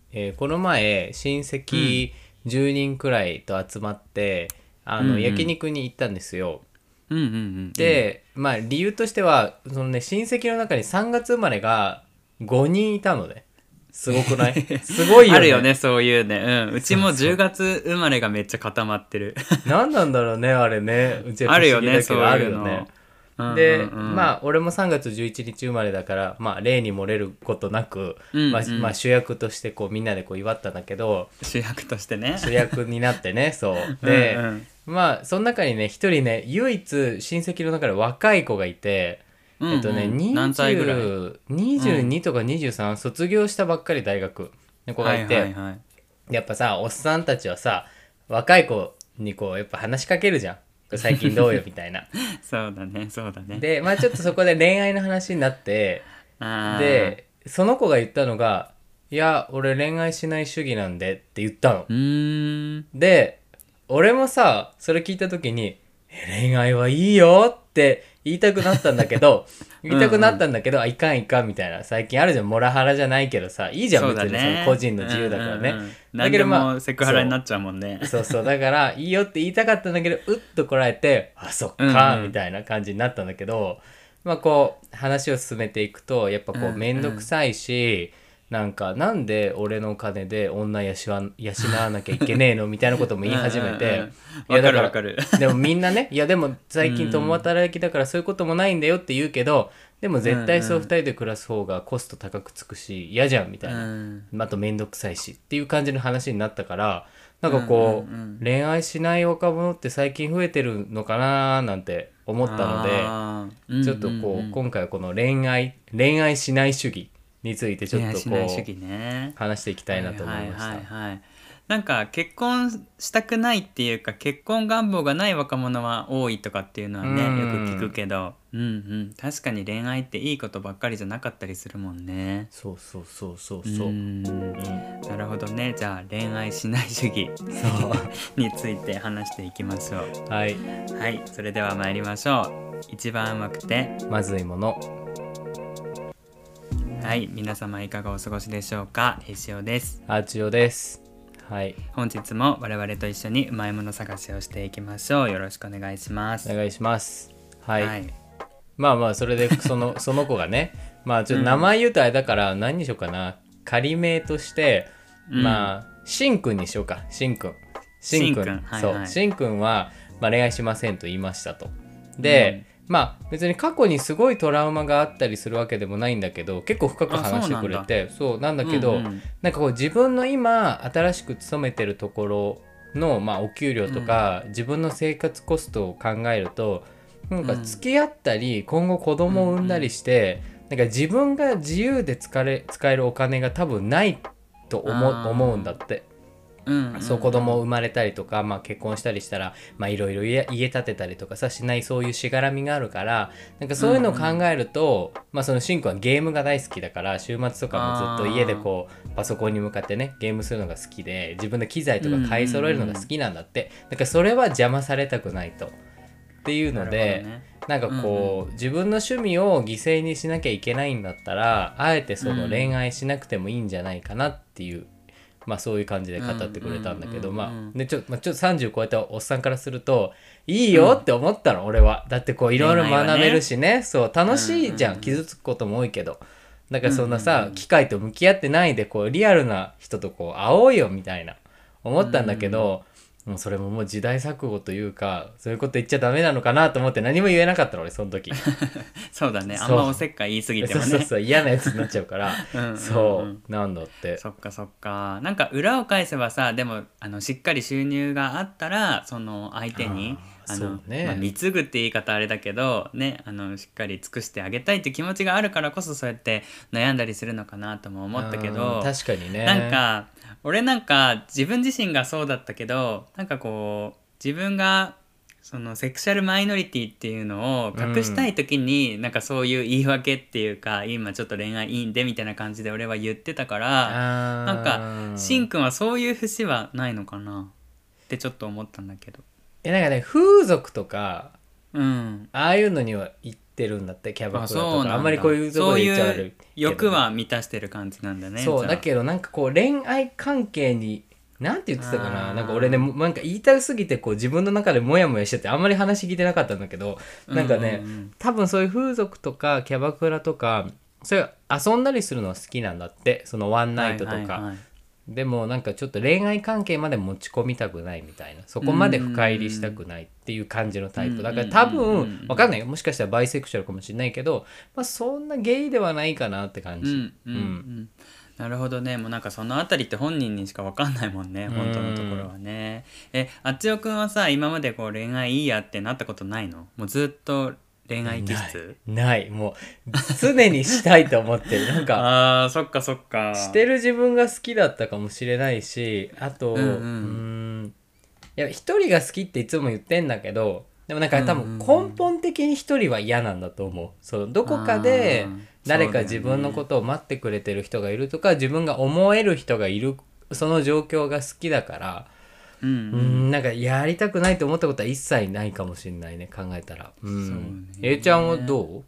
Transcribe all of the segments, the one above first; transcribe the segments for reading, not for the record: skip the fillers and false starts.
この前親戚10人くらいと集まって、焼肉に行ったんですよ。 うんうんうんうん。 で、まあ理由としては、そのね、親戚の中に3月生まれが5人いたので、すごくない？すごいよね。 あるよね、そういうね。うん。うちも10 そうそう。 月生まれがめっちゃ固まってる。 何なんだろうね、あれね。うちは不思あるよね、そう議だけど、あるよね。 いうの。うんうんで、 うん。 まあ、俺も3月11日生まれだから、まあ、例に漏れることなく、 うんうまあ、 ん。 主役としてこう、みんなでこう祝ったんだけど、 主役としてね。 主役になってね、そう。 うんうで、 ん。 まあ、その中にね、一人ね、唯一親戚の中で若い子がいて、 うんうん。何歳ぐらい？うん。 22とか23、卒業したばっかり大学の子がはいはいいて、 はい。 やっぱさ、おっさんたちはさ、若い子にこう、やっぱ話しかけるじゃん。最近どうよ、みたいな。 そうだね、そうだね。 で、まあちょっとそこで恋愛の話になって、 あで、その子が言ったのが、いや、俺恋愛しない主義なんでって言ったの。 ー。うーん。 で、俺もさ、それ聞いた時に、恋愛はいいよって言いたくなったんだけど、言いたくなったんだけど、あ、いかんいかんみたいな。最近あるじゃん、モラハラじゃないけどさ、いいじゃんそうだ別にその個ね。 人のうんう自由だからね。 んうん。 だ何でけどまあ、 もセクハラになそっちゃうもんね。 う。そうそう。だから、いいよって言いたかったんだけど、うっとこらえて、あ、そっうんうか、みん。 たいな感じになったんだけど、まあこう、話を進めていくと、やっぱうこう、めんどくんうん。 さいし、なんか、なんで俺の金で女養わなきゃいけねえのみたいなことも言いうんうん始めて、 うん。わいやだから、 かるわかる。 でもみんなね、いやでもう最近共ん。 働きだからそういうこともないんだよって言うけど、でもうん絶対そう二うん。 人で暮らす方がコスト高くつくし、嫌じゃんみたういな。 ん。 あとめんどくさいしっていう感じの話になったから、なんかうんうんうこう、 ん。 恋愛しない若者って最近増えてるのかなーなんて思ったので、 ああ。うんうんうちょっとこう、 ん。 今回はこの恋愛しない主義についてちょっ恋愛とこう、 しない主義ね。 話していきたいはいなと思いはいました。 はいはい。なんか結婚したくないっていうか結婚願望がない若者は多いとかっていうのうーはねよく聞くん。 けど、うんうん、確かに恋愛っていいことばっかりじゃなかったりするもんね。 そうそうそうそううーそん、 う。うん。 なるほどね。じゃあ恋愛しない主義そについて話していきましょう。はい。 う。はい、それでは参りましょう。一番うまくて、 まずいもの。 はい、皆様いかがお過ごしでしょうか。塩です。 アーチオです。はい。 本日も我々と一緒にうまいもの探しをしていきましょう。よろしくお願いします。 お願いします。はい。 はい。 まあまあ、それで、その子がね、まあちょっと名うん。 前言うとあれだから何にしようかな。仮名として、 うん。 まあ、しんくんにしようか。しんくん。しんくん。 しんくん。はいそう。 はい。 しんくんは、まあ恋愛しませんと言いましたと。で、 うん。 まあ別に過去にすごいトラウマがあったりするわけでもないんだけど、結構深くあ、そ話してうなんだ。 くれて、そうなんだうんうけど、 ん。 なんかこう自分の今新しく勤めてるところの、まあ、お給料うん。 とか自分の生活コストを考えると、なんかうん。 付き合ったり今後子うん供を産んだりうん。 して、なんか自分が自由で使えるお金が多分ないと思うんだああ。 って。 うんうんそう子うん。 供生まれたりとか、まあ、結婚したりしたらいろいろ家建てたりとかさしない、そういうしがらみがあるから、なんかうんうそういうのを考ん。 えると、まあ、そのシンクはゲームが大好きだから、週末とかもずっと家でああ。 こうパソコンに向かってねゲームするのが好きで、自分で機材とかうんうんう買い揃えるのが好ん。 きなんだって。だからそれは邪魔されたくないとっていうなるほどので、 ね。 なんかうんうん。 こう自分の趣味を犠牲にしなきゃいけないんだったら、あえてうその恋ん。 愛しなくてもいいんじゃないかなっていう、まあそういう感じでうんうんう語ってくれたんだけど、まんあ、でちょっと30超えたおっさんからすると、いいうん。うん。 よって思ったの、俺は。だってこういろい恋ろ学べる愛はね。 しね、そう、 うんう楽しいじゃん、 ん傷つくことも多いけど。だからうん。うんうんうそんなさ、機ん。 械と向き合ってないで、こうリアルな人とこう会おうよみたいな、思うったんだけん。 ど、もうそれももう時代錯誤というか、そういうこと言っちゃダメなのかなと思って何も言えなかったの、俺、その時。 そうだね。あんそう。 まおせっかい言い過ぎてもね。 そうそうそう、嫌なやつになっちゃうから、 うんうんうん。 そうなんだって。 そっかそっか。なんか裏を返せばさ、でもしっかり収入があったらその相手にああ、そうまあ、 ね。 貢ぐって言い方あれだけどね、しっかり尽くしてあげたいって気持ちがあるからこそそうやって悩んだりするのかなとも思ったけど、 確かになんね。 か俺なんか自分自身がそうだったけど、なんかこう自分がそのセクシャルマイノリティっていうのをう隠したいん。 時になんかそういう言い訳っていうか、今ちょっと恋愛いいんでみたいな感じで俺は言ってたから、なんかしんああ。 くんはそういう節はないのかなってちょっと思ったんだけど。 なんかね、風俗とか、 うんああいうのには行ってるんだって、キャバクラとか。 そうなんだ。 あんまりこういうとこそうろで言っちゃいう悪いけど欲は満たしてる感じなんだね、 そう、 じゃあ。 だけどなんかこう恋愛関係に、なんて言ってたかな、 あーなんか俺ね、なんか言いたすぎてこう自分の中でモヤモヤしててあんまり話聞いてなかったんだけど、なんかね、多分そういう風俗とかキャバクラとか、そういう遊んだりするのは好きなんだって、そのワンナイトとか。 はいはいはい、 でもなんかちょっと恋愛関係まで持ち込みたくないみたいな、そこまで深入りしたくないっていう感じのタイプだから、多分わかんないよ、もしかしたらバイセクシャルかもしれないけど、まあそんなゲイではないかなって感じ。 なるほどね。もうなんかそのあたりって本人にしか分かんないもんね、本当のところはね。あっちおくんはさ、今までこう恋愛いいやってなったことないの？もうずっと恋愛気質？ ないもう常にしたいと思ってるなんかあー、そっかそっか。 してる自分が好きだったかもしれないし、あといや一人が好きっていつも言ってんだけど、でもなんか多分根本的に一人は嫌なんだと思う。そのどこかで誰か自分のことを待ってくれてる人がいるとか、自分が思える人がいる、その状況が好きだから、なんかやりたくないと思ったことは一切ないかもしれないね、考えたら。A ちゃんはど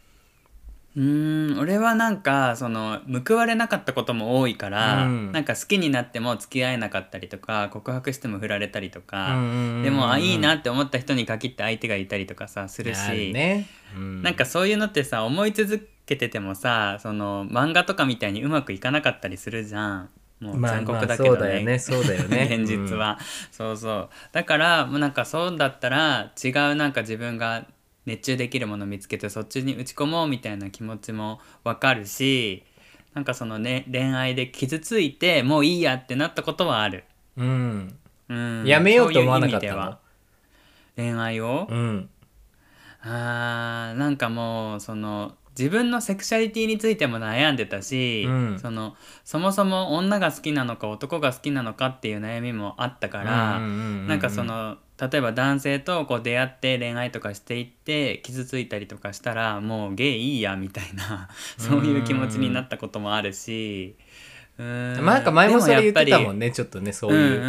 俺はなんかその報われなかったことも多いから、なんか好きになっても付き合えなかったりとか、告白しても振られたりとか、でもいいなって思った人に限って相手がいたりとかさするし、 ね、 なんかそういうのってさ、思い続けててもさ、その漫画とかみたいにうまくいかなかったりするじゃん。もう残酷だけどね、 そうだよね現実は、そうそうだからもうなんかそうだったら違う、なんか自分が熱中できるもの見つけてそっちに打ち込もうみたいな気持ちもわかるし、なんかそのね、恋愛で傷ついてもういいやってなったことはある。 やめようと思わなかったの？ 恋愛を、なんかもうその自分のセクシャリティについても悩んでたし、そもそも女が好きなのか男が好きなのかっていう悩みもあったから、なんかその例えば男性とこう出会って恋愛とかしていって傷ついたりとかしたらもうゲイいいやみたいなそういう気持ちになったこともあるし、 なんか前もそれ言ってたもんね、ちょっとね、そういう。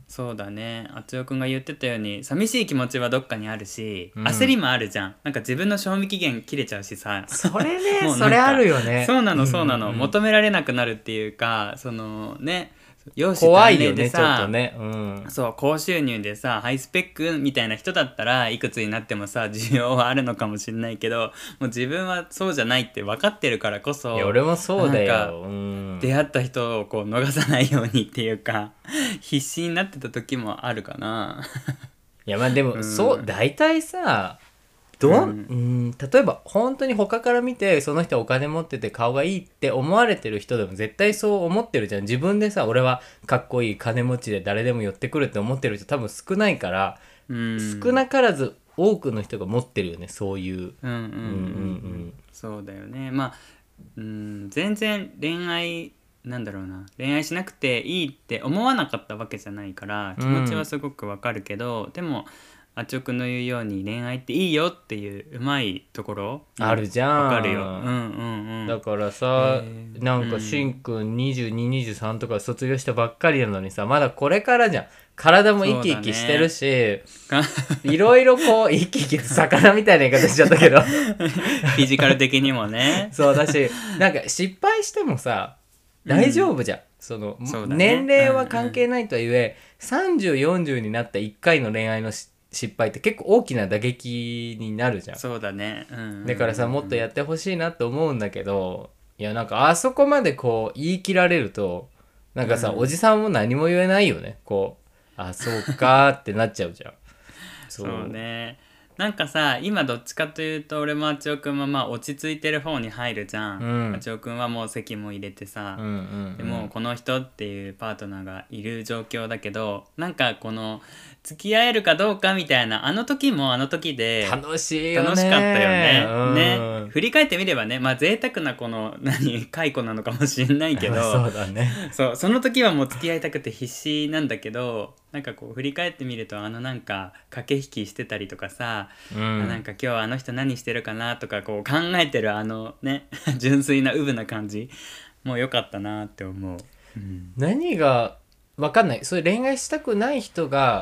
そうだね。あつよくんが言ってたように寂しい気持ちはどっかにあるし、焦りもあるじゃん。なんか自分の賞味期限切れちゃうしさ、 それねそれあるよね。 そうなのそうなの、求められなくなるっていうか、そのね、容姿怖端麗でいよね、ちょっさ、 とね。 そう高収入でさハイスペックみたいな人だったらいくつになってもさ需要はあるのかもしれないけど、もう自分はそうじゃないって分かってるからこそ、 いや俺もそうだよ。 なんか出会った人をこう逃さないようにっていうか必死になってた時もあるかな。 いやまあでも、そう大体さ例えば本当に他から見てその人はお金持ってて顔がいいって思われてる人でも絶対そう思ってるじゃん。自分でさ、俺はかっこいい金持ちで誰でも寄ってくるって思ってる人多分少ないから、少なからず多くの人が持ってるよね、そういう。 そうだよね。まあ全然恋愛なんだろうな、恋愛しなくていいって思わなかったわけじゃないから気持ちはすごくわかるけど、でもあちおくんの言うように恋愛っていいよっていううまいところあるじゃん。 わかるよ。 だからさ、なんかしんくん2223とか卒業したばっかりなのにさ、まだこれからじゃん。体も生き生きしてるし、いろいろこう生き生き魚みたいな言い方しちゃったけどフィジカル的にもねそうだし、なんか失敗してもさ大丈夫じゃん。そのそうだね、 年齢は関係ないとはいえ、3040になった1回の恋愛の失敗って結構大きな打撃になるじゃん。 そうだね、 だからさ、もっとやってほしいなと思うんだけど、いやなんかあそこまでこう言い切られるとなんかさ、おじさんも何も言えないよね。こうあそうかってなっちゃうじゃん。 そうね。なんかさ、今どっちかというと俺もあちおくんはまあ落ち着いてる方に入るじゃん。あちおくんはもう籍も入れてさ、でもこの人っていうパートナーがいる状況だけど、なんかこの付き合えるかどうかみたいな、あの時もあの時で楽しいよね。 楽しかったよね。ね、振り返ってみればね、まあ贅沢なこの解雇なのかもしれないけどそうだね。 その時はもう付き合いたくて必死なんだけど、なんかこう振り返ってみるとなんか駆け引きしてたりとかさ、なんか今日あの人何してるかなとかこう考えてるね純粋なウブな感じもう良かったなって思う。 何が分かんない、そういう恋愛したくない人が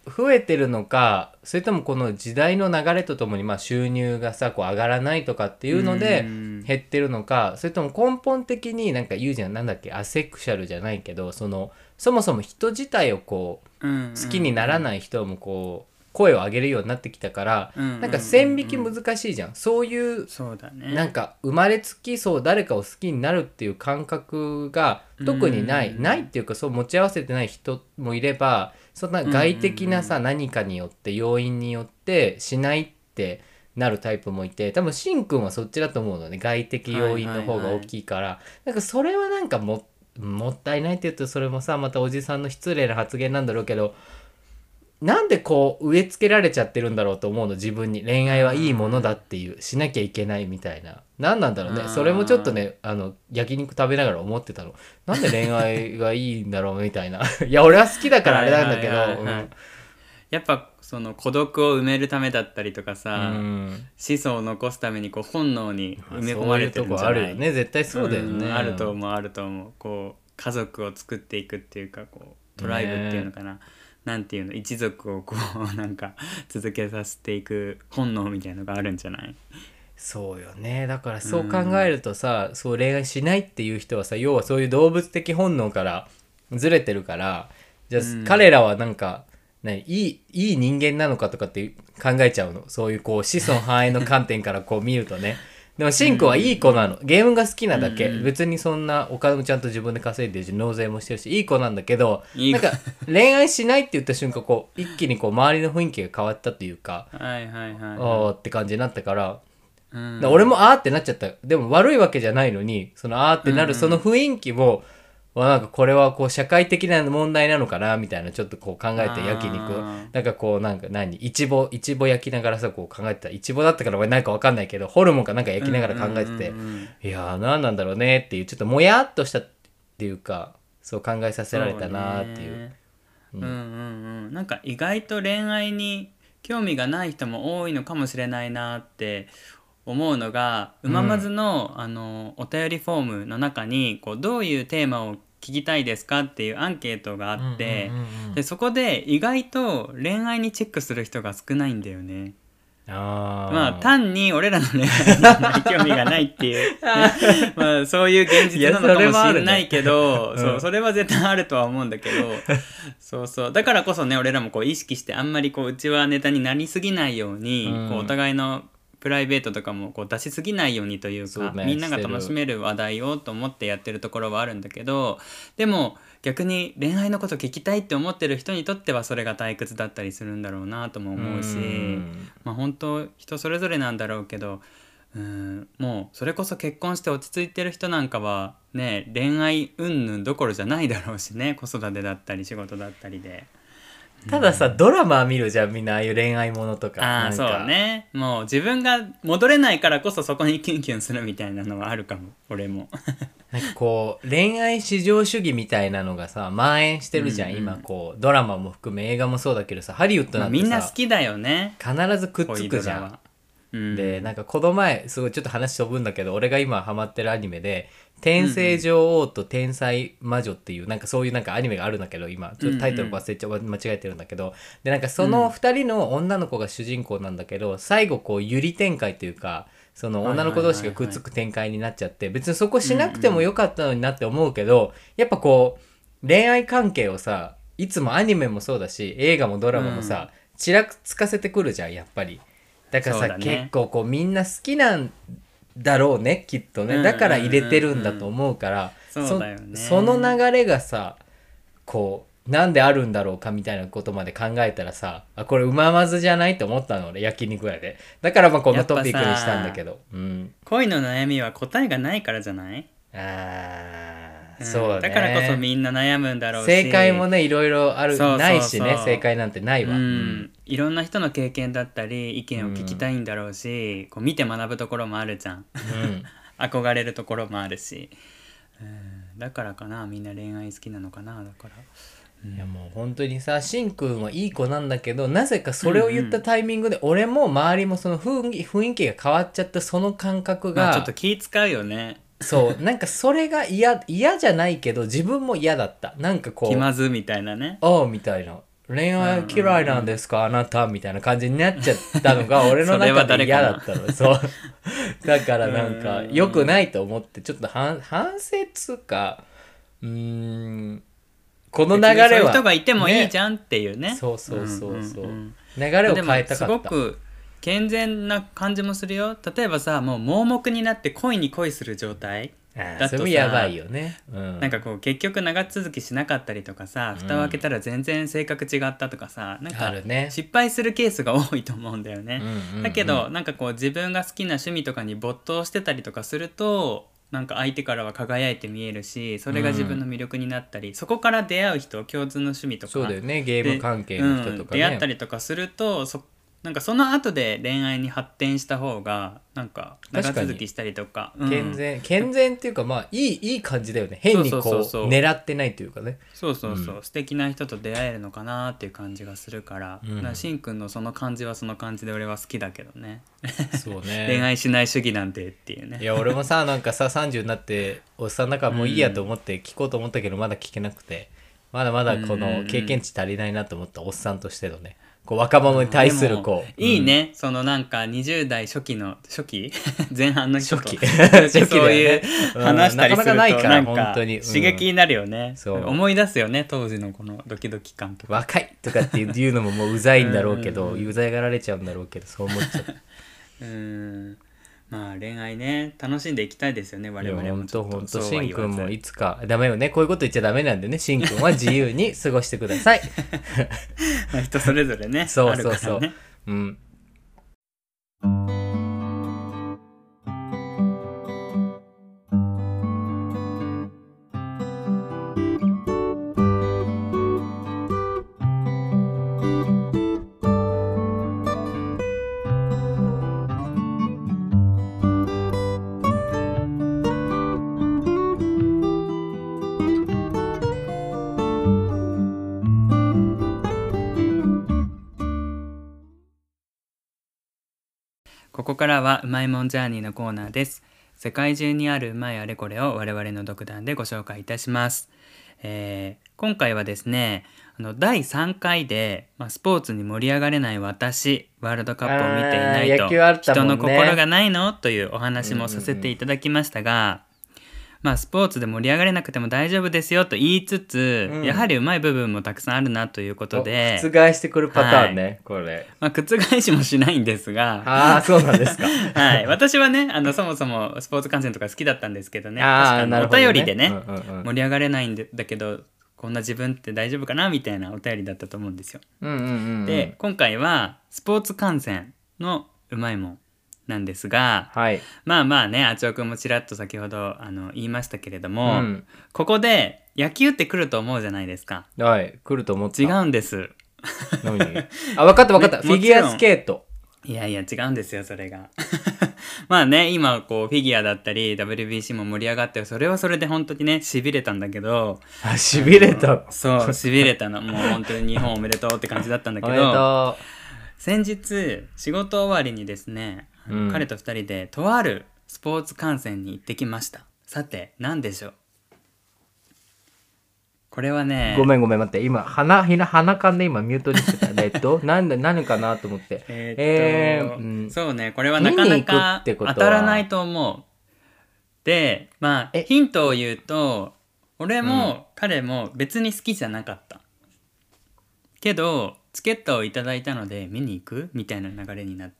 増えてるのか、それともこの時代の流れとともにまあ収入がさこう上がらないとかっていうので減ってるのか、それとも根本的になんか言うじゃん、なんだっけ、アセクシャルじゃないけど、そもそも人自体をこう好きにならない人もこう声を上げるようになってきたから、なんか線引き難しいじゃん。そういうなんか生まれつきそう誰かを好きになるっていう感覚が特にないっていうか、そう持ち合わせてない人もいれば、そんな外的なさ何かによって要因によってしないってなるタイプもいて、多分しんくんはそっちだと思うのね。外的要因の方が大きいから、なんかそれはなんかもったいないって言うとそれもさまたおじさんの失礼な発言なんだろうけど、なんでこう植え付けられちゃってるんだろうと思うの、自分に。恋愛はいいものだっていうしなきゃいけないみたいな、何なんだろうね。それもちょっとね焼肉食べながら思ってたの。なんで恋愛がいいんだろうみたいな。いや俺は好きだからあれなんだけど、 やっぱその孤独を埋めるためだったりとかさ、子孫を残すためにこう本能に埋め込まれてるんじゃない？ そういうとこあるよね、絶対そうだよね。 あると思う。こう家族を作っていくっていうか、こうトライブっていうのかな、なんていうの、一族をこうなんか続けさせていく本能みたいなのがあるんじゃない？ そうよね。だからそう考えるとさ、そう恋愛しないっていう人はさ、要はそういう動物的本能からずれてるから、じゃあ、彼らはなんかいい人間なのかとかって考えちゃうの。そういうこう子孫繁栄の観点からこう見るとね。でもシンくんはいい子なの。ゲームが好きなだけ。別にそんなお金もちゃんと自分で稼いでるし、納税もしてるし、いい子なんだけど、なんか恋愛しないって言った瞬間、こう一気にこう周りの雰囲気が変わったというか、あって感じになったから、俺もあーってなっちゃった。でも悪いわけじゃないのに、そのあーってなるその雰囲気も、なんかこれはこう社会的な問題なのかなみたいな、ちょっとこう考えて、焼肉なんかこうなんかイチボ焼きながらさこう考えてた。イチボだったから俺なんかわかんないけど、ホルモンかなんか焼きながら考えてて、いやーなんなんだろうねっていう、ちょっともやっとしたっていうか、そう考えさせられたなーっていう。 なんか意外と恋愛に興味がない人も多いのかもしれないなって思うのが、うままずの、お便りフォームの中にこうどういうテーマを聞きたいですかっていうアンケートがあって、でそこで意外と恋愛にチェックする人が少ないんだよね。まあ単に俺らの恋愛に興味がないっていうまあそういう現実なのかもしれないけど、それは絶対あるとは思うんだけど、だからこそね、俺らもこう意識してあんまりこううちはネタになりすぎないように、こうお互いのプライベートとかもこう出しすぎないようにというか、みんなが楽しめる話題をと思ってやってるところはあるんだけど、でも逆に恋愛のこと聞きたいって思ってる人にとってはそれが退屈だったりするんだろうなとも思うし、まあ本当人それぞれなんだろうけど、もうそれこそ結婚して落ち着いてる人なんかはね、恋愛云々どころじゃないだろうしね、子育てだったり仕事だったりで。 たださ、ドラマ見るじゃんみんな、ああいう恋愛ものとか。 そうね。もう自分が戻れないからこそそこにキュンキュンするみたいなのはあるかも、俺も。 なんかこう恋愛至上主義みたいなのがさ蔓延してるじゃん、今こうドラマも含め映画もそうだけどさ、ハリウッドなんてさ、 みんな好きだよね、 必ずくっつくじゃん。でなんかこの前すごいちょっと話飛ぶんだけど、俺が今ハマってるアニメで天聖女王と天才魔女っていうなんかそういうなんかアニメがあるんだけど、今ちょっとタイトル忘れちゃ間違えてるんだけど、でなんかその2人の女の子が主人公なんだけど、最後こうゆり展開というか、その女の子同士がくっつく展開になっちゃって、別にそこしなくてもよかったのになって思うけど、やっぱこう恋愛関係をさ、いつもアニメもそうだし映画もドラマもさ、ちらつかせてくるじゃんやっぱり。だからさ、結構こうみんな好きなんだろうねきっとね、だから入れてるんだと思うから、 そうだよね、 その流れがさこうなんであるんだろうかみたいなことまで考えたらさ、これうままずじゃないと思ったの俺、焼肉屋で。だからまあこのトピックにしたんだけど、 恋の悩みは答えがないからじゃない？ そうだね。 だからこそみんな悩むんだろうし、 正解もねいろいろある、ないしね、正解なんてないわ。 いろんな人の経験だったり意見を聞きたいんだろうし、こう見て学ぶところもあるじゃん、憧れるところもあるし、だからかな、みんな恋愛好きなのかな。だから、 いやもう本当にさ、しんくんはいい子なんだけど、なぜかそれを言ったタイミングで、俺も周りもその雰囲気が変わっちゃった、その感覚が、 ちょっと気使うよね。 そうなんかそれが嫌じゃないけど自分も嫌だった。なんかこう気まずみたいなね、 ああみたいな、 恋愛嫌いなんですか、あなたみたいな感じになっちゃったのが俺の中で嫌だったの。そうだからなんか良くないと思ってちょっと反省つうか、この流れは、 そういう人がいてもいいじゃんっていうね。 そうそうそうそう、流れを変えたかった。 すごく健全な感じもするよ。例えばさ、もう盲目になって恋に恋する状態だとさ、 それもやばいよね、 なんかこう結局長続きしなかったりとかさ、蓋を開けたら全然性格違ったとかさ、なんか失敗するケースが多いと思うんだよね。だけどなんかこう自分が好きな趣味とかに没頭してたりとかすると、なんか相手からは輝いて見えるし、それが自分の魅力になったり、そこから出会う人、共通の趣味とか、 そうだよね、ゲーム関係の人とかね、 出会ったりとかすると、なんかその後で恋愛に発展した方がなんか長続きしたりとか、 健全っていうか、まあいい感じだよね。変にこう狙ってないというかね。 そう、素敵な人と出会えるのかなっていう感じがするから、しんくんのその感じはその感じで俺は好きだけどね。 そうね。 恋愛しない主義なんてっていうね。 いや俺もさ、なんかさ30になっておっさんだからもういいやと思って聞こうと思ったけど、まだ聞けなくて、まだまだこの経験値足りないなと思ったおっさんとしてのね。こう若者に対するこう、いいね、そのなんか20代初期前半の人とそういう話したりするとなんか本当に刺激になるよね。思い出すよね、当時のこのドキドキ感とか。 若いとかっていうのももううざいんだろうけど、うざがられちゃうんだろうけど、そう思っちゃう。 まあ恋愛ね、楽しんでいきたいですよね、我々も。 ほんとしんくんもいつか、ダメよね、こういうこと言っちゃダメなんでね、しんくんは自由に過ごしてください。 人それぞれね。 そうそうそう、 ここからはうまいもんジャーニーのコーナーです。世界中にあるうまいあれこれを我々の独断でご紹介いたします。今回はですね、第3回で、スポーツに盛り上がれない私、ワールドカップを見ていないと、人の心がないのというお話もさせていただきましたが、スポーツで盛り上がれなくても大丈夫ですよと言いつつ、やはりうまい部分もたくさんあるなということで、 覆してくるパターンね、これ。 覆しもしないんですが、 そうなんですか。 はい、私はね、そもそもスポーツ観戦とか好きだったんですけどね、 確かにお便りでね、盛り上がれないんだけど、こんな自分って大丈夫かなみたいなお便りだったと思うんですよ。で、今回はスポーツ観戦のうまいもんなんですが、まあね、あちおくんもちらっと先ほど言いましたけれども、ここで野球って来ると思うじゃないですか。 はい、来ると思った。 違うんです。 何？分かった、フィギュアスケート。 いや違うんですよ、それが。まあね、今こうフィギュアだったり WBC も盛り上がって、それはそれで本当にね痺れたんだけど、 痺れた。 そう、痺れたの。もう本当に日本おめでとうって感じだったんだけど、先日仕事終わりにですね、彼と2人でとあるスポーツ観戦に行ってきました。さて何でしょう。これはね、 ごめん待って、今鼻かんで今ミュートにしてた。何かなと思って。 そうね、これはなかなか当たらないと思う。で、ヒントを言うと、俺も彼も別に好きじゃなかった。けどチケットをいただいたので見に行くみたいな流れになって、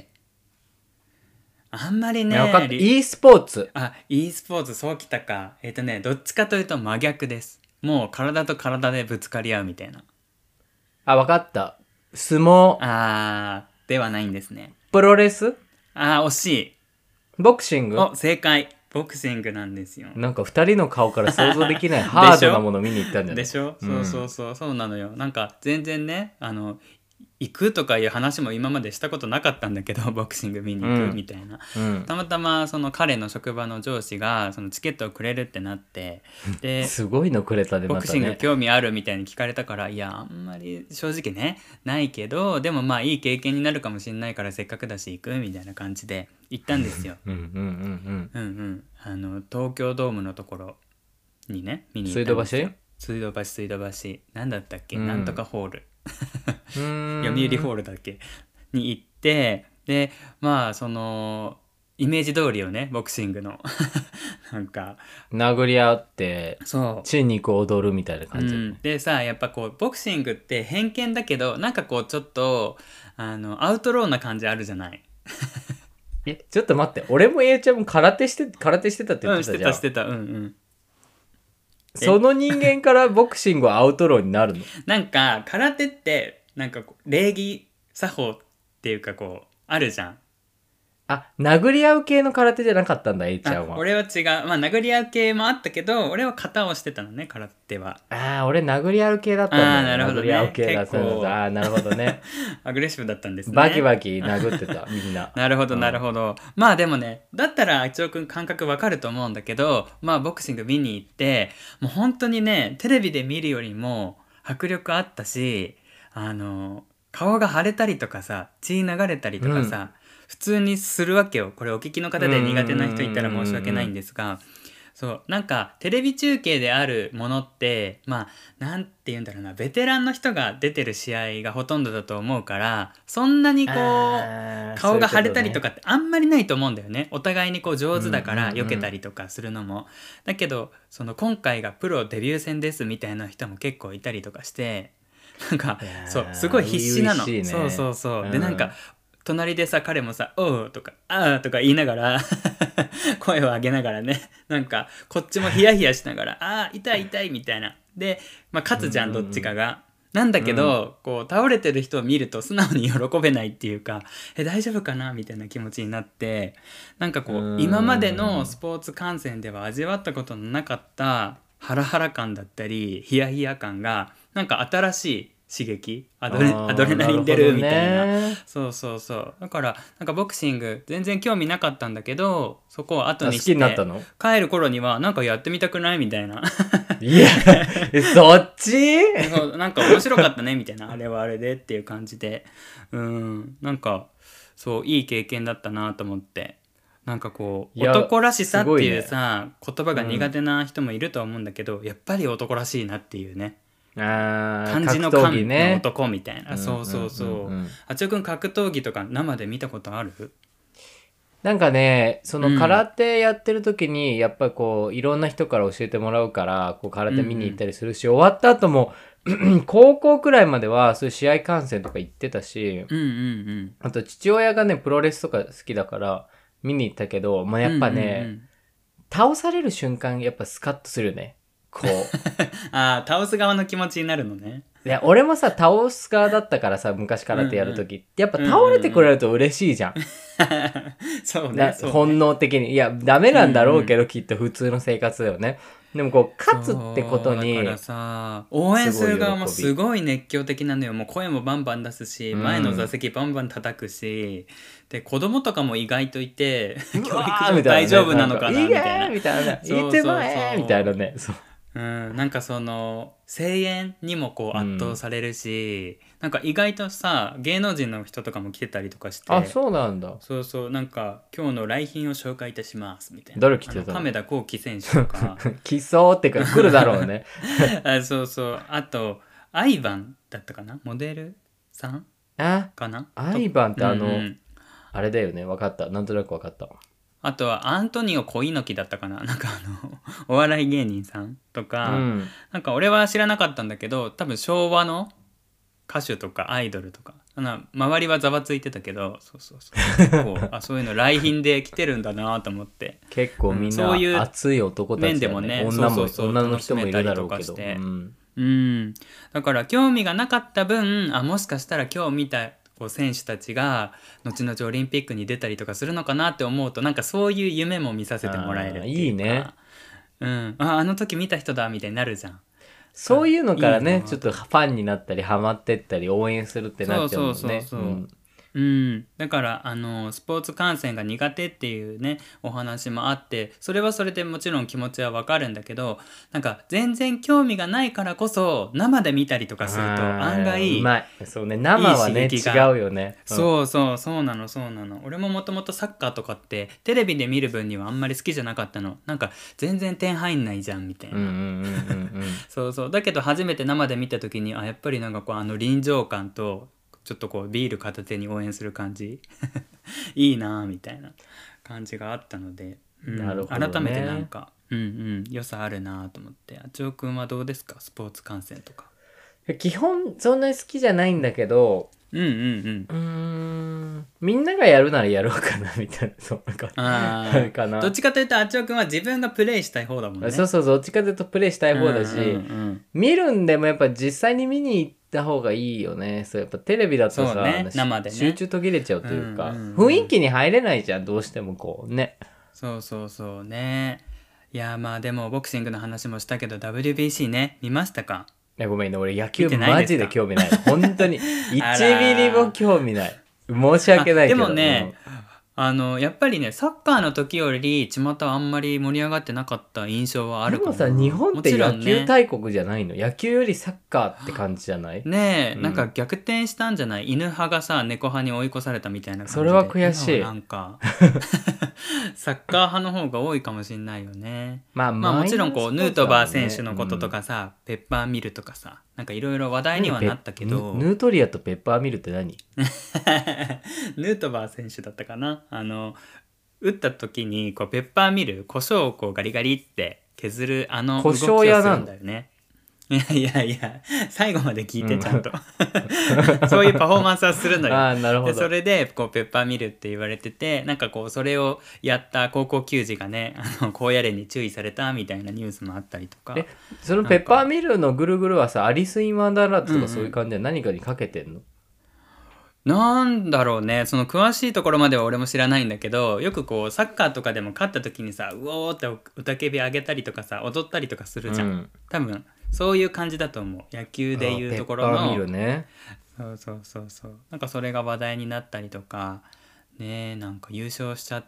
あんまりね、 e スポーツ。 e スポーツ、そうきたか。どっちかというと真逆です。もう体と体でぶつかり合うみたいな。 分かった。相撲。 ではないんですね。 プロレス？ 惜しい。 ボクシング？ 正解。ボクシングなんですよ。 なんか2人の顔から想像できないハードなもの見に行ったんじゃないでしょ、そうなのよ。なんか全然ね、行くとかいう話も今までしたことなかったんだけど、ボクシング見に行くみたいな、たまたまその彼の職場の上司がそのチケットをくれるってなって、 ですごいのくれたで、 ボクシング興味あるみたいに聞かれたから、いやあんまり正直ねないけど、でもいい経験になるかもしれないからせっかくだし行くみたいな感じで行ったんですよ。東京ドームのところにね見に行ったんですよ。水道橋なんだったっけ、なんとかホール。 読売ホールだっけに行って、でまあそのイメージ通りよね、ボクシングのなんか殴り合ってそう血肉踊るみたいな感じ、 でさ、やっぱこうボクシングって偏見だけどなんかこうちょっとアウトローな感じあるじゃない。 ちょっと待って、俺も A ちゃんも空手してたって言ってたじゃん。 してたその人間からボクシングはアウトローになるの？ なんか空手ってなんか礼儀作法っていうかこうあるじゃん。 殴り合う系の空手じゃなかったんだ A ちゃんは。 俺は違う。まあ殴り合う系もあったけど、俺は型をしてたのね、空手は。 俺殴り合う系だったんだよ。 なるほどね。 殴り合う系だったんだ。なるほどね。 アグレッシブだったんですね。 バキバキ殴ってたみんな。 なるほどなるほど。まあでもね、だったらあちおくん感覚わかると思うんだけど、まあボクシング見に行って、もう本当にね、テレビで見るよりも迫力あったし、顔が腫れたりとかさ、血流れたりとかさ、普通にするわけよ。これお聞きの方で苦手な人いたら申し訳ないんですが、そうなんかテレビ中継であるものってまあなんて言うんだろうな、ベテランの人が出てる試合がほとんどだと思うから、そんなにこう顔が腫れたりとかってあんまりないと思うんだよね。お互いにこう上手だから避けたりとかするのも、だけどその今回がプロデビュー戦ですみたいな人も結構いたりとかして、なんかそうすごい必死なの、 ね、 そうでなんか隣でさ彼もさ「おう」とか「ああ」とか言いながら声を上げながらね、なんかこっちもヒヤヒヤしながら「ああ痛い痛い」みたいなで、まあ、勝つじゃんどっちかが。なんだけど、こう倒れてる人を見ると素直に喜べないっていうか大丈夫かなみたいな気持ちになって、なんかこう今までのスポーツ観戦では味わったことのなかったハラハラ感だったりヒヤヒヤ感がなんか新しい刺激アドレナリン出るみたいな、そうだからなんかボクシング全然興味なかったんだけど、そこを後にして好きになったの？ 帰る頃にはなんかやってみたくないみたいな。 いやそっちなんか面白かったねみたいな、あれはあれでっていう感じで、なんかそういい経験だったなと思って。なんかこう男らしさっていうさ、言葉が苦手な人もいるとは思うんだけど、やっぱり男らしいなっていうね、漢字の漢の男みたいな、そうあちおくん格闘技とか生で見たことある？ なんかね、その空手やってる時にやっぱりこういろんな人から教えてもらうからこう空手見に行ったりするし、終わった後も高校くらいまではそういう試合観戦とか行ってたし、あと父親がねプロレスとか好きだから見に行ったけど、まあ、やっぱね、倒される瞬間やっぱスカッとするよね。こう倒す側の気持ちになるのね。 いや俺もさ倒す側だったからさ、昔空手やるとき、やっぱ倒れてくれると嬉しいじゃん。 そうね。 本能的に。いやダメなんだろうけど、きっと普通の生活だよね。でもこう勝つってことにだからさ、応援する側もすごい熱狂的なのよ。もう声もバンバン出すし、前の座席バンバン叩くし、で子供とかも意外といて教育上大丈夫なのかなみたいな、 みたいな、いてまえみたいなね。そうなんかその声援にもこう圧倒されるし、なんか意外とさ芸能人の人とかも来てたりとかして、 そうなんだ。 なんか今日の来賓を紹介いたしますみたいな。 誰来てたの？ 亀田光輝選手とか来そうってか来るだろうね。 あとアイバンだったかな、モデルさんかな。 アイバンってあれだよね。分かった、なんとなく分かった。 あとはアントニオ小猪木だったかな、なんかお笑い芸人さんとか、なんか俺は知らなかったんだけど多分昭和の歌手とかアイドルとか周りはざわついてたけど、そういうの来賓で来てるんだなと思って。 結構みんな熱い男たちだよね。女の人もいるだろうけど、 だから興味がなかった分もしかしたら今日見た選手たちが後々オリンピックに出たりとかするのかなって思うと、なんかそういう夢も見させてもらえるっていうか、いいね。あの時見た人だみたいになるじゃん。 そういうのからねちょっとファンになったりハマってったり応援するってなっちゃうもんね。 うん、だからスポーツ観戦が苦手っていうねお話もあって、それはそれでもちろん気持ちはわかるんだけど、なんか全然興味がないからこそ生で見たりとかすると案う外まい。そうね、 いい生はね、違刺激が。 うよね。うん。 そうそうそうなのそうなの。俺ももともとサッカーとかってテレビで見る分にはあんまり好きじゃなかったの。なんか全然点入んないじゃんみたいな。 うんうんうんうんうん。 そうそう。だけど初めて生で見た時に、あ、やっぱりなんかこう臨場感とちょっとこうビール片手に応援する感じいいなぁみたいな感じがあったので、うん、 なるほど改めてなんね。 か良さあるなぁと思って。あちおくんはどうですか、スポーツ観戦とか。 基本、そんなに好きじゃないんだけど、 うんうんみんながやるならやろうかな、みたいな、そんな感うん。 じかな。 どっちかというとあちおくんは自分がプレイしたい方だもんね。 そうそうそう、どっちかというとプレイしたい方だし、 うんうんうん、 見るんでもやっぱ実際に見に行った方がいいよね。そう、やっぱテレビだとさ、 そうね、生でね。 集中途切れちゃうというか、 うんうんうん、 雰囲気に入れないじゃん、どうしてもこうね。 そうそうそうね。いやまあでもボクシングの話もしたけど WBC ね、見ましたか？ いやごめんね、俺野球見てないマジですか？ で興味ない。本当に。 あ 1ミリもらー。 興味ない。申し訳ないでけど。 もね、やっぱりね、サッカーの時より巷はあんまり盛り上がってなかった印象はあるかな。 でもさ、日本っもちろて野んね。 球大国じゃないの？野球よりサッカーって感じじゃない？ ねえ、 うん。 なんか逆転したんじゃない？犬派がさ、猫派に追い越されたみたいなそれは感じで。今は悔しい。 なんか、サッカー派の方が多いかもしんないよね。 まあ、 まあもマイナースちろんこう、ヌポーツだートバーもんね。 選手のこととうん。 かさ、ペッパーミルとかさ、なんかいろいろ話題に何ペはなったけど、 ヌートリアとペッパーミルって何？ ヌートバー選手だったかな、打った時にこうペッパーミル、胡椒をこうガリガリって削る胡動きをする椒屋なの？ んだよね。いやいやいや、最後まで聞いうん。 てちゃんとそういうパフォーマンスはするのよ。 ああ、なるで、そほど。 れでこうペッパーミルって言われてて、なんかこうそれをやった高校球児がね、高野連に注意されたみたいなニュースもあったりとか、 え、そのなんか、 ペッパーミルのぐるぐるはさ、アリス・イン・ワンダーランドとかそういううんうん。 感じで何かにかけてんの？ なんだろうね、その詳しいところまでは俺も知らないんだけど、よくこうサッカーとかでも勝った時にさ、うおーって雄たけび上げたりとかさ、踊ったりとかするじゃん。 うん。 多分そういう感じだと思う、野球であ、ペッいうところパーミの。 ルね。 そうそうそうそう、なんかそれが話題になったりとかね。なんか優勝しちゃって、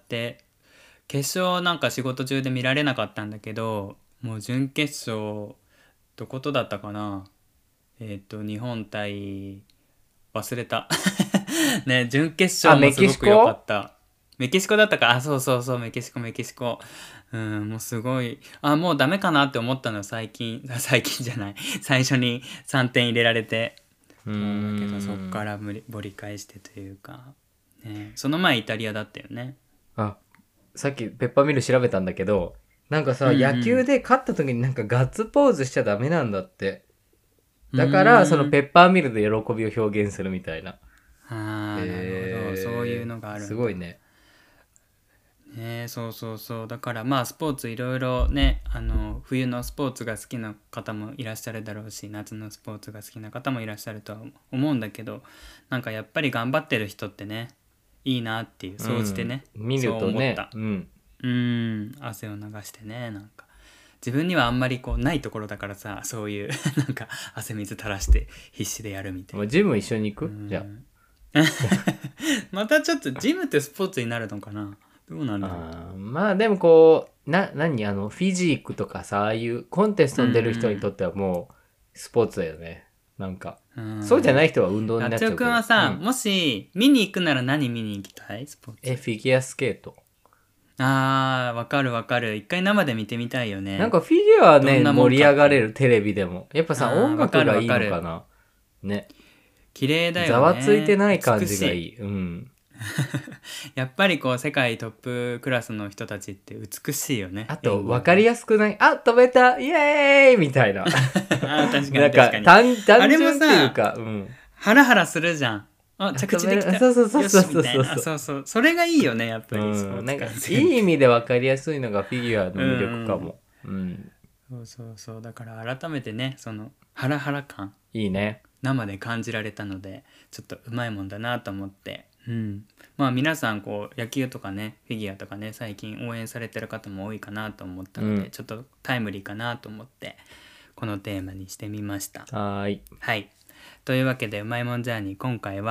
決勝なんか仕事中で見られなかったんだけど、もう準決勝どことだったかな、日本対、忘れたね、準決あ、 勝もメキシすごく良かコ？ った。メキシコだったか、あ、そうそうそう、メキシコメキシコ。うん、もうすごい、あ、もうダメかなって思ったの最近、最近じゃない、最初に3点入れられて。 うーもうだけどそっかん。 ら盛り返してというか、ね、その前イタリアだったよね。 あ、さっきペッパーミル調べたんだけど、なんかさ、 うん野球で勝った時になんかガッツポーズしちゃダメなんだって。 うだから、そのん。 ペッパーミルで喜びを表現するみたいな。 ああ、なるほど、そういうのがあるんだ。 すごいね。 ね、そうそうそう。だからまあスポーツいろいろね、冬のスポーツが好きな方もいらっしゃるだろうし、夏のスポーツが好きな方もいらっしゃるとは思うんだけど、なんかやっぱり頑張ってる人ってね、いいなっていう、 うん。 総じてね、 見そうるとね、 思った。 うん。 汗を流してね、なんか。自分にはあんまりこうないところだからさ、そういうなんか汗水垂らして必死でやるみたいな。 もうジム一緒に行うくじゃん。またちょっとジムってスポーツになるのかな、どうなんだろあ。まあでもこう、何フィジークとかさ、ああいうコンテスう。うんトに出る人にうん。 とってはもう、スポーツだよね。なんか。 うそうじゃないん。 人は運動にあつよなっちゃうけど。 くんはさ、 うん。 もし見に行くなら何見に行きたいスポーツ？ フィギュアスケート。 あー、わかるわかる。一回生で見てみたいよね。 なんかフィギュアはね、 どんなもん盛り上がれかって。 る、テレビでも。やっぱさ、音あー、わかる楽がいいわかる。 のかな。ね。 綺麗だよざわついてね。 ない感美しい。 じがいい。うん。 やっぱりこう世界トップクラスの人たちって美しいよね、 あと、 演技がね。 わかりやすくない？あ、飛べたイエーイみたいな。 あー、確かなんか、 に確かに。あれも単純っていうさ、 か、うん。 ハラハラするじゃん。あ、 あ、 着飛べる。 地できた。 そうそうそうよそうそうしみたいな。あ、 そうそう。 そうそう。それがいいよね、やっぱうりスポん。 ーツなんか、 観戦って。 いい意味でわかりやすいのがフィギュアのう魅力かん。 も。うん。 そうそうそう。だから改めてね、そのハラハラ感、 いいね。 生で感じられたので、ちょっとうまいもんだなと思って。うん。まあ皆さんこう野球とかね、フィギュアとかね、最近応援されてる方も多いかなと思ったので、 うん。 ちょっとタイムリーかなと思って、このテーマにしてみました。 はーい。 はい。というわけで、うまいもんジャーニー、今回は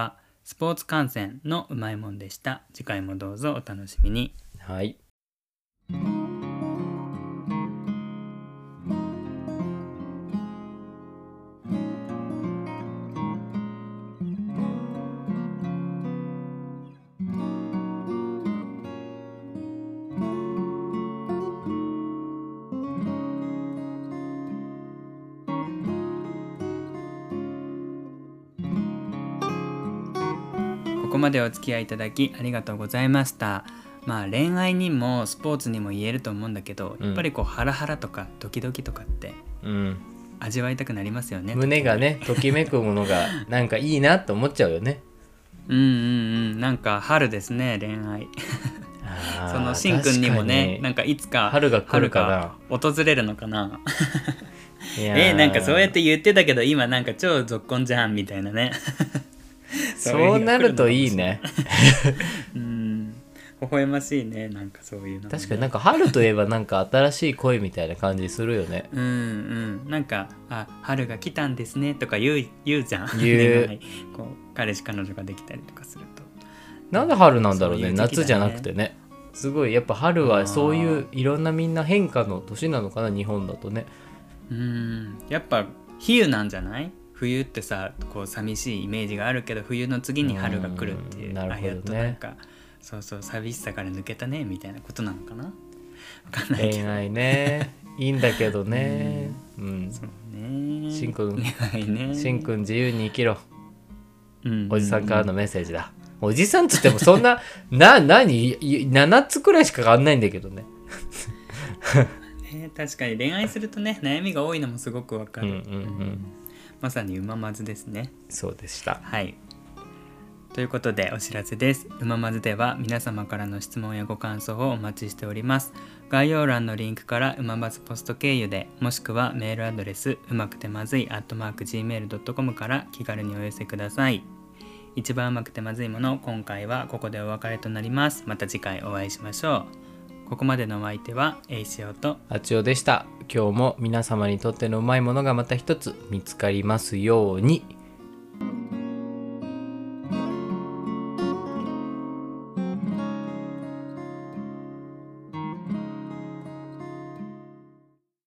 スポーツ観戦のうまいもんでした。次回もどうぞお楽しみに。 はい。 ここまでお付き合いいただきありがとうございました。恋愛にもスポーツにも言えると思うんだけど、やっぱりこうハラハラとかドキドキとかって味わいたくなりますよね。 胸がねときめくものがなんかいいなと思っちゃうよね。 なんか春ですね、恋愛。そのしんくんにもね、なんかいつか春が来るかな、訪れるのかな。なんかそうやって言ってたけど今なんか超ぞっこんじゃんみたいなね。 そうなるといいね。 微笑ましいね、なんかそういうの、ね、 確かになんか春といえばなんか新しい恋みたいな感じするよね。 なんか春が来たんですねとか言うじゃん。 言うこう彼氏彼女ができたりとかすると。 なんで春なんだろうね、夏じゃなくてね。すごいやっぱ春はそういういろんなみんな変化の年なのかな、日本だとね。 やっぱ比喩なんじゃない？冬ってさこう寂しいイメージがあるけど、冬の次に春が来るっていう、 なるほどね、 やっとなんかそう寂しさから抜けたねみたいなことなのかな。分かんないけど。 恋愛ねいいんだけどね。 そうね。 しんくん、 恋愛ね。 しんくん自由に生きろ。おじさんからのメッセージだ。おじさんっつってもそんな何7つくらいしか変わんないんだけどね。 確かに恋愛するとね悩みが多いのもすごくわかる。まさにうままずですね。 そうでした。 はい。ということでお知らせです。うままずでは皆様からの質問やご感想をお待ちしております。概要欄のリンクからうままずポスト経由で、もしくはメールアドレスうまくてまずい@gmail.com から気軽にお寄せください。一番うまくてまずいもの、今回はここでお別れとなります。また次回お会いしましょう。ここまでのお相手はえいしおとあちおでした。今日も皆様にとってのうまいものがまた一つ見つかりますように。